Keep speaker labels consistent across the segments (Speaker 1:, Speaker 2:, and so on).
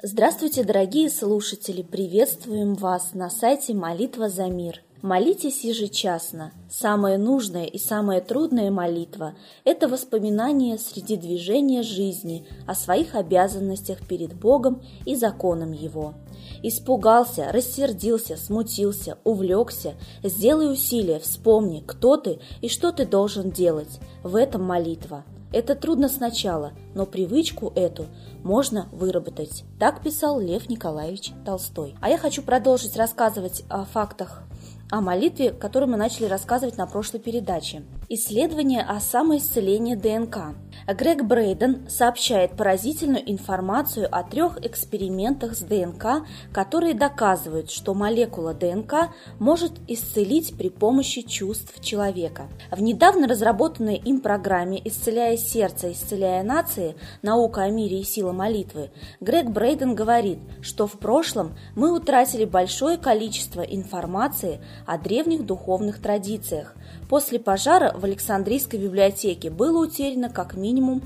Speaker 1: Здравствуйте, дорогие слушатели! Приветствуем вас на сайте «Молитва за мир». Молитесь ежечасно. Самая нужная и самая трудная молитва – это воспоминание среди движения жизни о своих обязанностях перед Богом и законом Его. Испугался, рассердился, смутился, увлекся. Сделай усилие, вспомни, кто ты и что ты должен делать. В этом молитва. Это трудно сначала, но привычку эту можно выработать. Так писал Лев Николаевич Толстой. А я хочу продолжить рассказывать о фактах о молитве, которую мы начали рассказывать на прошлой передаче. Исследование о самоисцелении ДНК. Грег Брейден сообщает поразительную информацию о 3 экспериментах с ДНК, которые доказывают, что молекула ДНК может исцелить при помощи чувств человека. В недавно разработанной им программе «Исцеляя сердце, исцеляя нации. Наука о мире и сила молитвы» Грег Брейден говорит, что в прошлом мы утратили большое количество информации о древних духовных традициях. После пожара в Александрийской библиотеке было утеряно как минимум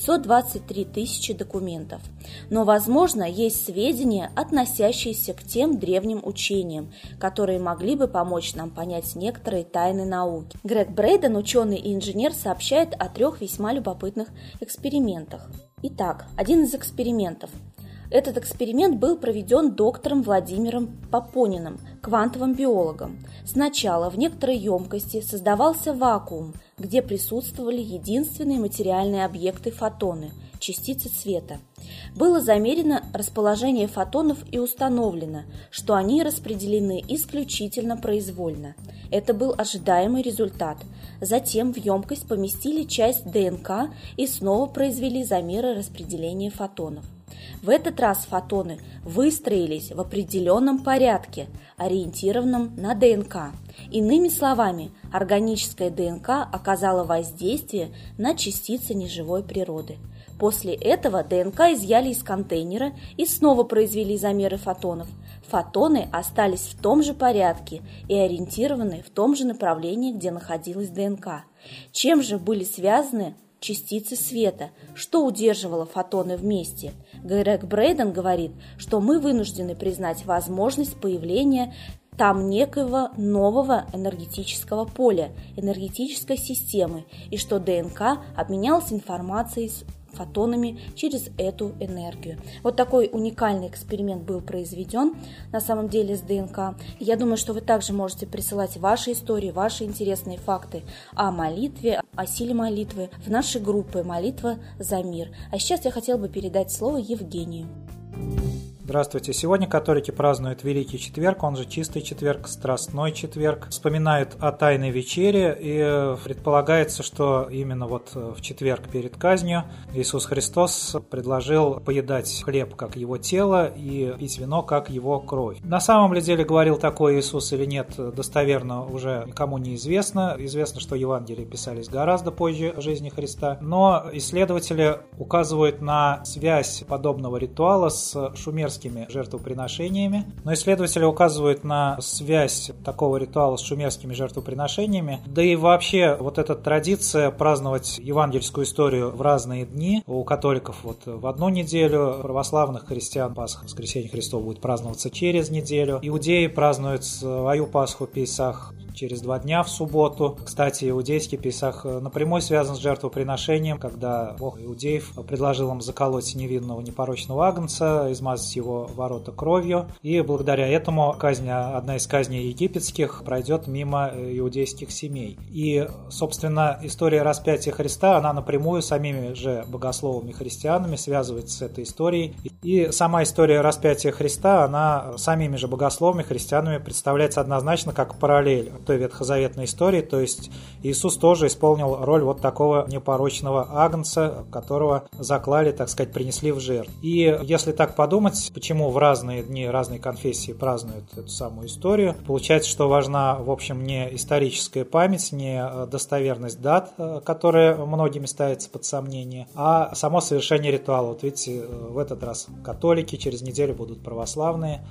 Speaker 1: 523 тысячи документов. Но, возможно, есть сведения, относящиеся к тем древним учениям, которые могли бы помочь нам понять некоторые тайны науки. Грег Брейден, ученый и инженер, сообщает о 3 весьма любопытных экспериментах. Итак, один из экспериментов. Этот эксперимент был проведен доктором Владимиром Папониным, квантовым биологом. Сначала в некоторой емкости создавался вакуум, где присутствовали единственные материальные объекты фотоны – частицы света. Было замерено расположение фотонов и установлено, что они распределены исключительно произвольно. Это был ожидаемый результат. Затем в емкость поместили часть ДНК и снова произвели замеры распределения фотонов. В этот раз фотоны выстроились в определенном порядке, ориентированном на ДНК. Иными словами, органическая ДНК оказала воздействие на частицы неживой природы. После этого ДНК изъяли из контейнера и снова произвели замеры фотонов. Фотоны остались в том же порядке и ориентированы в том же направлении, где находилась ДНК. Чем же были связаны частицы света, что удерживало фотоны вместе? Грег Брейден говорит, что мы вынуждены признать возможность появления там некоего нового энергетического поля, энергетической системы, и что ДНК обменялась информацией с фотонами через эту энергию. Вот такой уникальный эксперимент был произведен на самом деле с ДНК. Я думаю, что вы также можете присылать ваши истории, ваши интересные факты о молитве, о силе молитвы в наши группы «Молитва за мир». А сейчас я хотела бы передать слово Евгению.
Speaker 2: Здравствуйте. Сегодня католики празднуют Великий Четверг, он же Чистый Четверг, Страстной Четверг. Вспоминают о Тайной Вечере, и предполагается, что именно вот в четверг перед казнью Иисус Христос предложил поедать хлеб как его тело и пить вино как его кровь. На самом ли деле говорил такое Иисус или нет, достоверно уже никому не известно. Известно, что Евангелия писались гораздо позже жизни Христа, но исследователи указывают на связь подобного ритуала с шумерскими жертвоприношениями. Но исследователи указывают на связь такого ритуала с шумерскими жертвоприношениями. Да и вообще вот эта традиция праздновать евангельскую историю в разные дни. У католиков вот в одну неделю, у православных христиан Пасха, Воскресение Христово будет праздноваться через неделю. Иудеи празднуют свою Пасху, Песах, через 2 дня в субботу. Кстати, иудейский Песах напрямую связан с жертвоприношением, когда Бог иудеев предложил им заколоть невинного непорочного агнца, измазать его ворота кровью, и благодаря этому одна из казней египетских пройдет мимо иудейских семей. И, собственно, история распятия Христа, она напрямую самими же богословами христианами связывается с этой историей. И сама история распятия Христа, она самими же богословами христианами представляется однозначно как параллель той ветхозаветной истории, то есть Иисус тоже исполнил роль вот такого непорочного агнца, которого заклали, так сказать, принесли в жертву. И если так подумать, почему в разные дни разные конфессии празднуют эту самую историю, получается, что важна, в общем, не историческая память, не достоверность дат, которая многими ставится под сомнение, а само совершение ритуала. Вот видите, в этот раз католики, через неделю будут православные.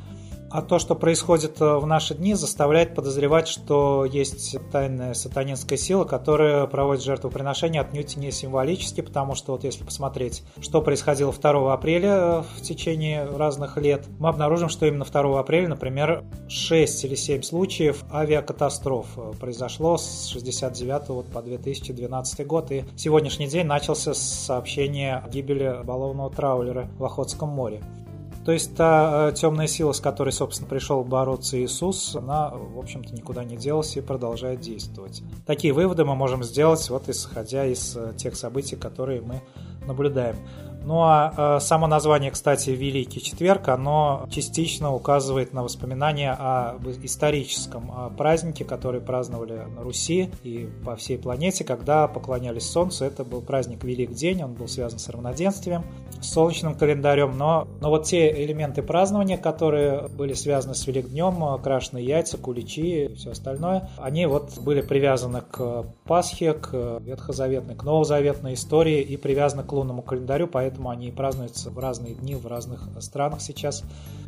Speaker 2: А то, что происходит в наши дни, заставляет подозревать, что есть тайная сатанинская сила, которая проводит жертвоприношения отнюдь не символически, потому что вот если посмотреть, что происходило 2 апреля в течение разных лет, мы обнаружим, что именно 2 апреля, например, 6 или 7 случаев авиакатастроф произошло с 1969 по 2012 год, и сегодняшний день начался с сообщения о гибели рыболовного траулера в Охотском море. То есть та темная сила, с которой, собственно, пришел бороться Иисус, она, в общем-то, никуда не делась и продолжает действовать. Такие выводы мы можем сделать, вот исходя из тех событий, которые мы наблюдаем. Ну а само название, кстати, Великий Четверг, оно частично указывает на воспоминания об историческом празднике, который праздновали на Руси и по всей планете, когда поклонялись Солнцу. Это был праздник Великдень, он был связан с равноденствием, с солнечным календарем. Но вот те элементы празднования, которые были связаны с Великднем, крашеные яйца, куличи и все остальное, они вот были привязаны к Пасхе, к ветхозаветной, к новозаветной истории и привязаны к лунному календарю, поэтому они празднуются в разные дни в разных странах сейчас.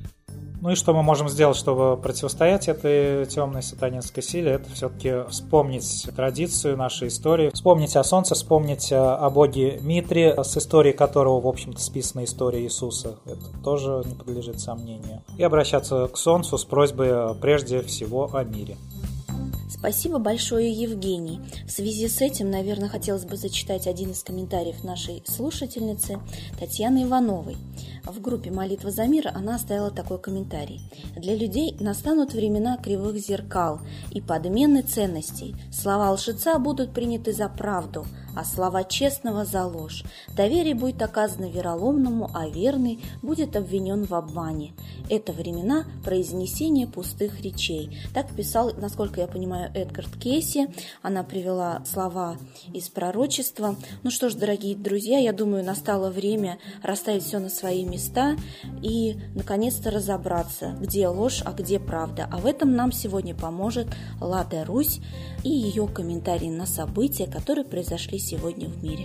Speaker 2: Ну и что мы можем сделать, чтобы противостоять этой темной сатанинской силе? Это все-таки вспомнить традицию нашей истории, вспомнить о Солнце, вспомнить о боге Митре, с историей которого, в общем-то, списана история Иисуса. Это тоже не подлежит сомнению. И обращаться к Солнцу с просьбой прежде всего о мире.
Speaker 1: Спасибо большое, Евгений. В связи с этим, наверное, хотелось бы зачитать один из комментариев нашей слушательницы Татьяны Ивановой. В группе «Молитва за мир» она оставила такой комментарий. «Для людей настанут времена кривых зеркал и подмены ценностей. Слова лжеца будут приняты за правду, а слова честного за ложь. Доверие будет оказано вероломному, а верный будет обвинен в обмане. Это времена произнесения пустых речей». Так писал, насколько я понимаю, Эдгард Кейси. Она привела слова из пророчества. Ну что ж, дорогие друзья, я думаю, настало время расставить все на свои места и, наконец-то, разобраться, где ложь, а где правда. А в этом нам сегодня поможет Лада Русь и ее комментарии на события, которые произошли сегодня в мире.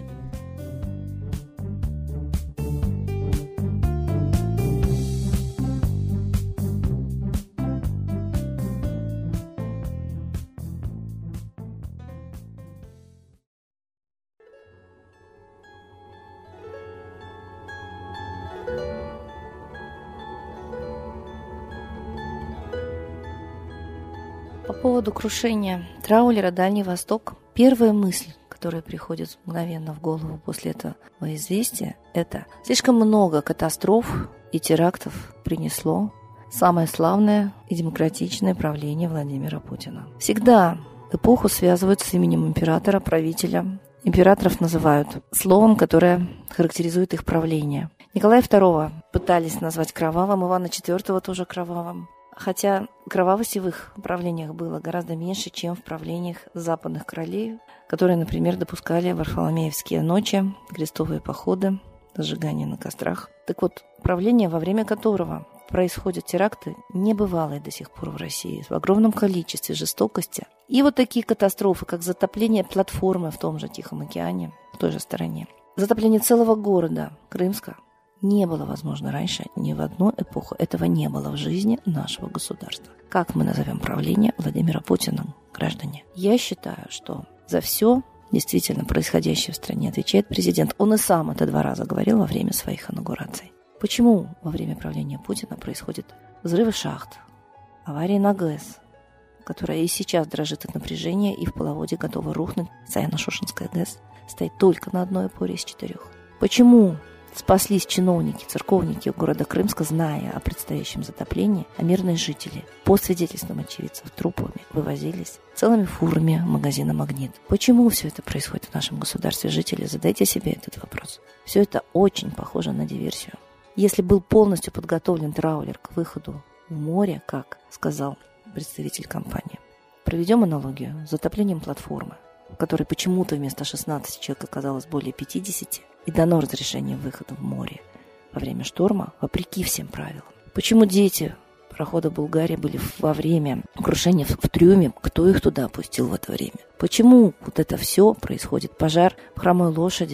Speaker 3: По поводу крушения траулера «Дальний Восток», первая мысль, которая приходит мгновенно в голову после этого известия, это слишком много катастроф и терактов принесло самое славное и демократичное правление Владимира Путина. Всегда эпоху связывают с именем императора, правителя. Императоров называют словом, которое характеризует их правление. Николая II пытались назвать кровавым, Ивана IV тоже кровавым. Хотя кровавости в их правлениях было гораздо меньше, чем в правлениях западных королей, которые, например, допускали варфоломеевские ночи, крестовые походы, сжигание на кострах. Так вот, правление, во время которого происходят теракты, небывалые до сих пор в России, в огромном количестве жестокости. И вот такие катастрофы, как затопление платформы в том же Тихом океане, в той же стороне, затопление целого города Крымска, не было возможно раньше ни в одну эпоху. Этого не было в жизни нашего государства. Как мы назовем правление Владимира Путина, граждане? Я считаю, что за все действительно происходящее в стране отвечает президент. Он и сам это 2 раза говорил во время своих инаугураций. Почему во время правления Путина происходят взрывы шахт, аварии на ГЭС, которая и сейчас дрожит от напряжения и в половоде готова рухнуть? Саяно-Шушенская ГЭС стоит только на одной опоре из 4. Почему спаслись чиновники, церковники города Крымска, зная о предстоящем затоплении, а мирные жители, по свидетельствам очевидцев, трупами вывозились целыми фурами магазина «Магнит». Почему все это происходит в нашем государстве, жители? Задайте себе этот вопрос. Все это очень похоже на диверсию. Если был полностью подготовлен траулер к выходу в море, как сказал представитель компании, проведем аналогию с затоплением платформы, в которой почему-то вместо 16 человек оказалось более 50, и дано разрешение выхода в море во время шторма, вопреки всем правилам. Почему дети парохода «Булгария» были во время крушения в трюме? Кто их туда опустил в это время? Почему вот это все происходит? Пожар в Хромой Лошади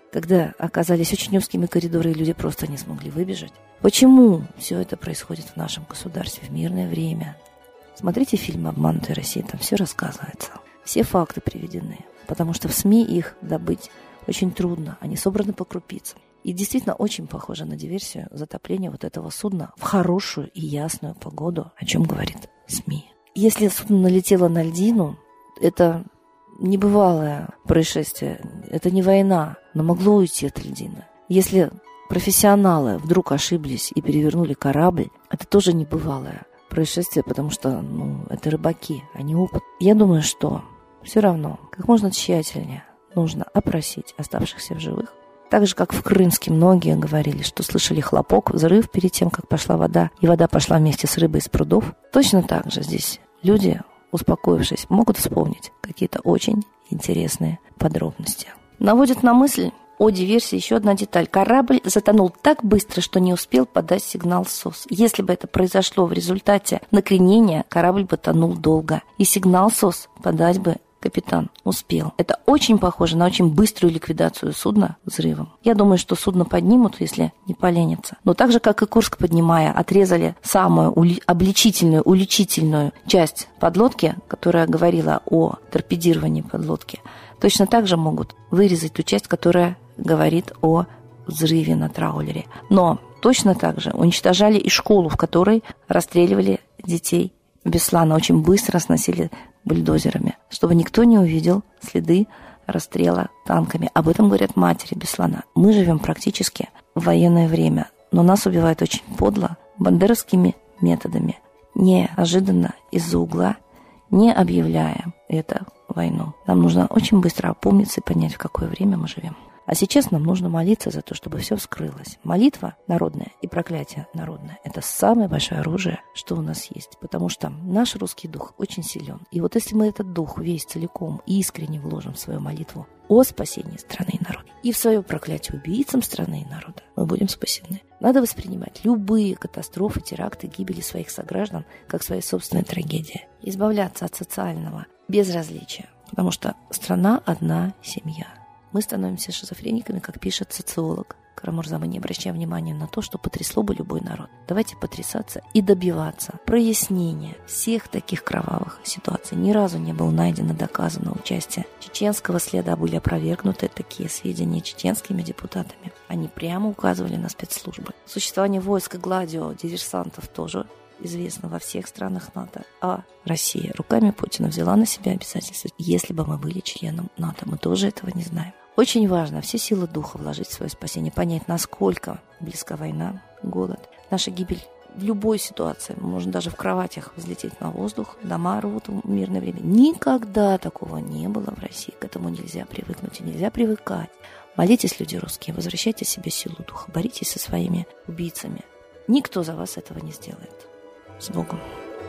Speaker 3: когда оказались очень узкими коридоры, и люди просто не смогли выбежать. Почему все это происходит в нашем государстве в мирное время? Смотрите фильм «Обманутая Россия», там все рассказывается. Все факты приведены, потому что в СМИ их добыть очень трудно, они собраны по крупицам. И действительно очень похоже на диверсию затопления вот этого судна в хорошую и ясную погоду, о чем говорит СМИ. Если судно налетело на льдину, это небывалое происшествие, это не война, но могло уйти от льдины. Если профессионалы вдруг ошиблись и перевернули корабль, это тоже небывалое происшествие, потому что это рыбаки, они опыт. Я думаю, что все равно как можно тщательнее нужно опросить оставшихся в живых. Так же, как в Крымске многие говорили, что слышали хлопок, взрыв перед тем, как пошла вода, и вода пошла вместе с рыбой из прудов. Точно так же здесь люди, успокоившись, могут вспомнить какие-то очень интересные подробности. Наводит на мысль о диверсии еще одна деталь. Корабль затонул так быстро, что не успел подать сигнал СОС. Если бы это произошло в результате накренения, корабль бы тонул долго, и сигнал СОС подать бы капитан успел. Это очень похоже на очень быструю ликвидацию судна взрывом. Я думаю, что судно поднимут, если не поленятся. Но так же, как и Курск, поднимая, отрезали самую обличительную, уличительную часть подлодки, которая говорила о торпедировании подлодки, точно так же могут вырезать ту часть, которая говорит о взрыве на траулере. Но точно так же уничтожали и школу, в которой расстреливали детей Беслана, очень быстро сносили бульдозерами, чтобы никто не увидел следы расстрела танками. Об этом говорят матери Беслана. Мы живем практически в военное время, но нас убивают очень подло, бандеровскими методами, неожиданно из-за угла, не объявляя это войну. Нам нужно очень быстро опомниться и понять, в какое время мы живем. А сейчас нам нужно молиться за то, чтобы все вскрылось. Молитва народная и проклятие народное – это самое большое оружие, что у нас есть. Потому что наш русский дух очень силен. И вот если мы этот дух весь целиком и искренне вложим в свою молитву о спасении страны и народа и в свое проклятие убийцам страны и народа, мы будем спасены. Надо воспринимать любые катастрофы, теракты, гибели своих сограждан как свои собственные трагедии. Избавляться от социального безразличия. Потому что страна одна семья. Мы становимся шизофрениками, как пишет социолог Карамурза. Мы не обращаем внимания на то, что потрясло бы любой народ. Давайте потрясаться и добиваться прояснения всех таких кровавых ситуаций. Ни разу не было найдено доказано участие чеченского следа, были опровергнуты такие сведения чеченскими депутатами. Они прямо указывали на спецслужбы. Существование войск и гладио, диверсантов тоже известно во всех странах НАТО. А Россия руками Путина взяла на себя обязательства. Если бы мы были членом НАТО, мы тоже этого не знаем. Очень важно все силы духа вложить в свое спасение, понять, насколько близка война, голод, наша гибель в любой ситуации. Можно даже в кроватях взлететь на воздух, дома рвут в мирное время. Никогда такого не было в России. К этому нельзя привыкнуть и нельзя привыкать. Молитесь, люди русские, возвращайте себе силу духа, боритесь со своими убийцами. Никто за вас этого не сделает. С Богом.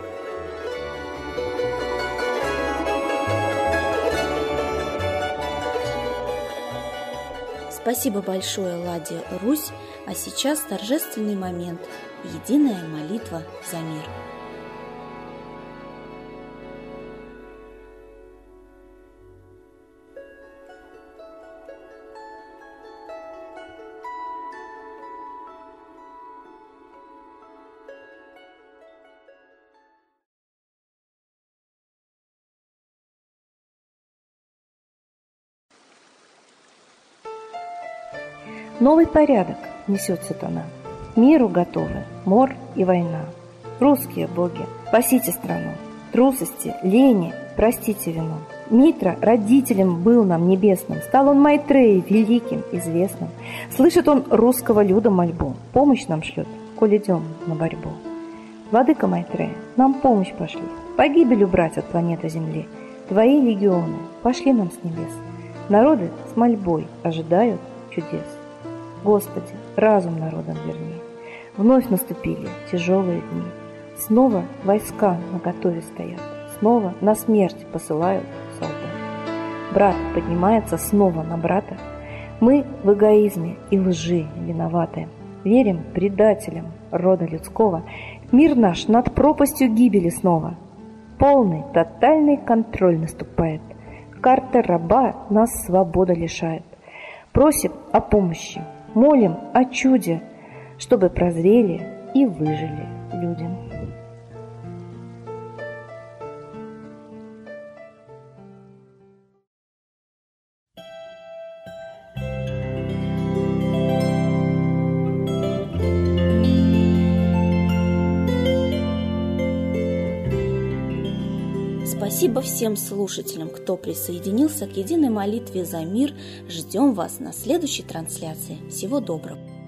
Speaker 1: Спасибо большое, Ладе Русь. А сейчас торжественный момент. Единая молитва за мир.
Speaker 4: Новый порядок несет сатана. Миру готовы мор и война. Русские боги, спасите страну. Трусости, лени, простите вину. Митра родителем был нам небесным, стал он Майтреей великим, известным. Слышит он русского люда мольбу, помощь нам шлет, коль идем на борьбу. Владыка Майтрея, нам помощь пошли, погибель убрать от планеты Земли. Твои легионы пошли нам с небес. Народы с мольбой ожидают чудес. Господи, разум народам верни. Вновь наступили тяжелые дни. Снова войска наготове стоят. Снова на смерть посылают солдат. Брат поднимается снова на брата. Мы в эгоизме и лжи виноваты. Верим предателям рода людского. Мир наш над пропастью гибели снова. Полный, тотальный контроль наступает. Карта раба нас свободы лишает. Просим о помощи, молим о чуде, чтобы прозрели и выжили люди.
Speaker 1: Спасибо всем слушателям, кто присоединился к единой молитве за мир. Ждем вас на следующей трансляции. Всего доброго!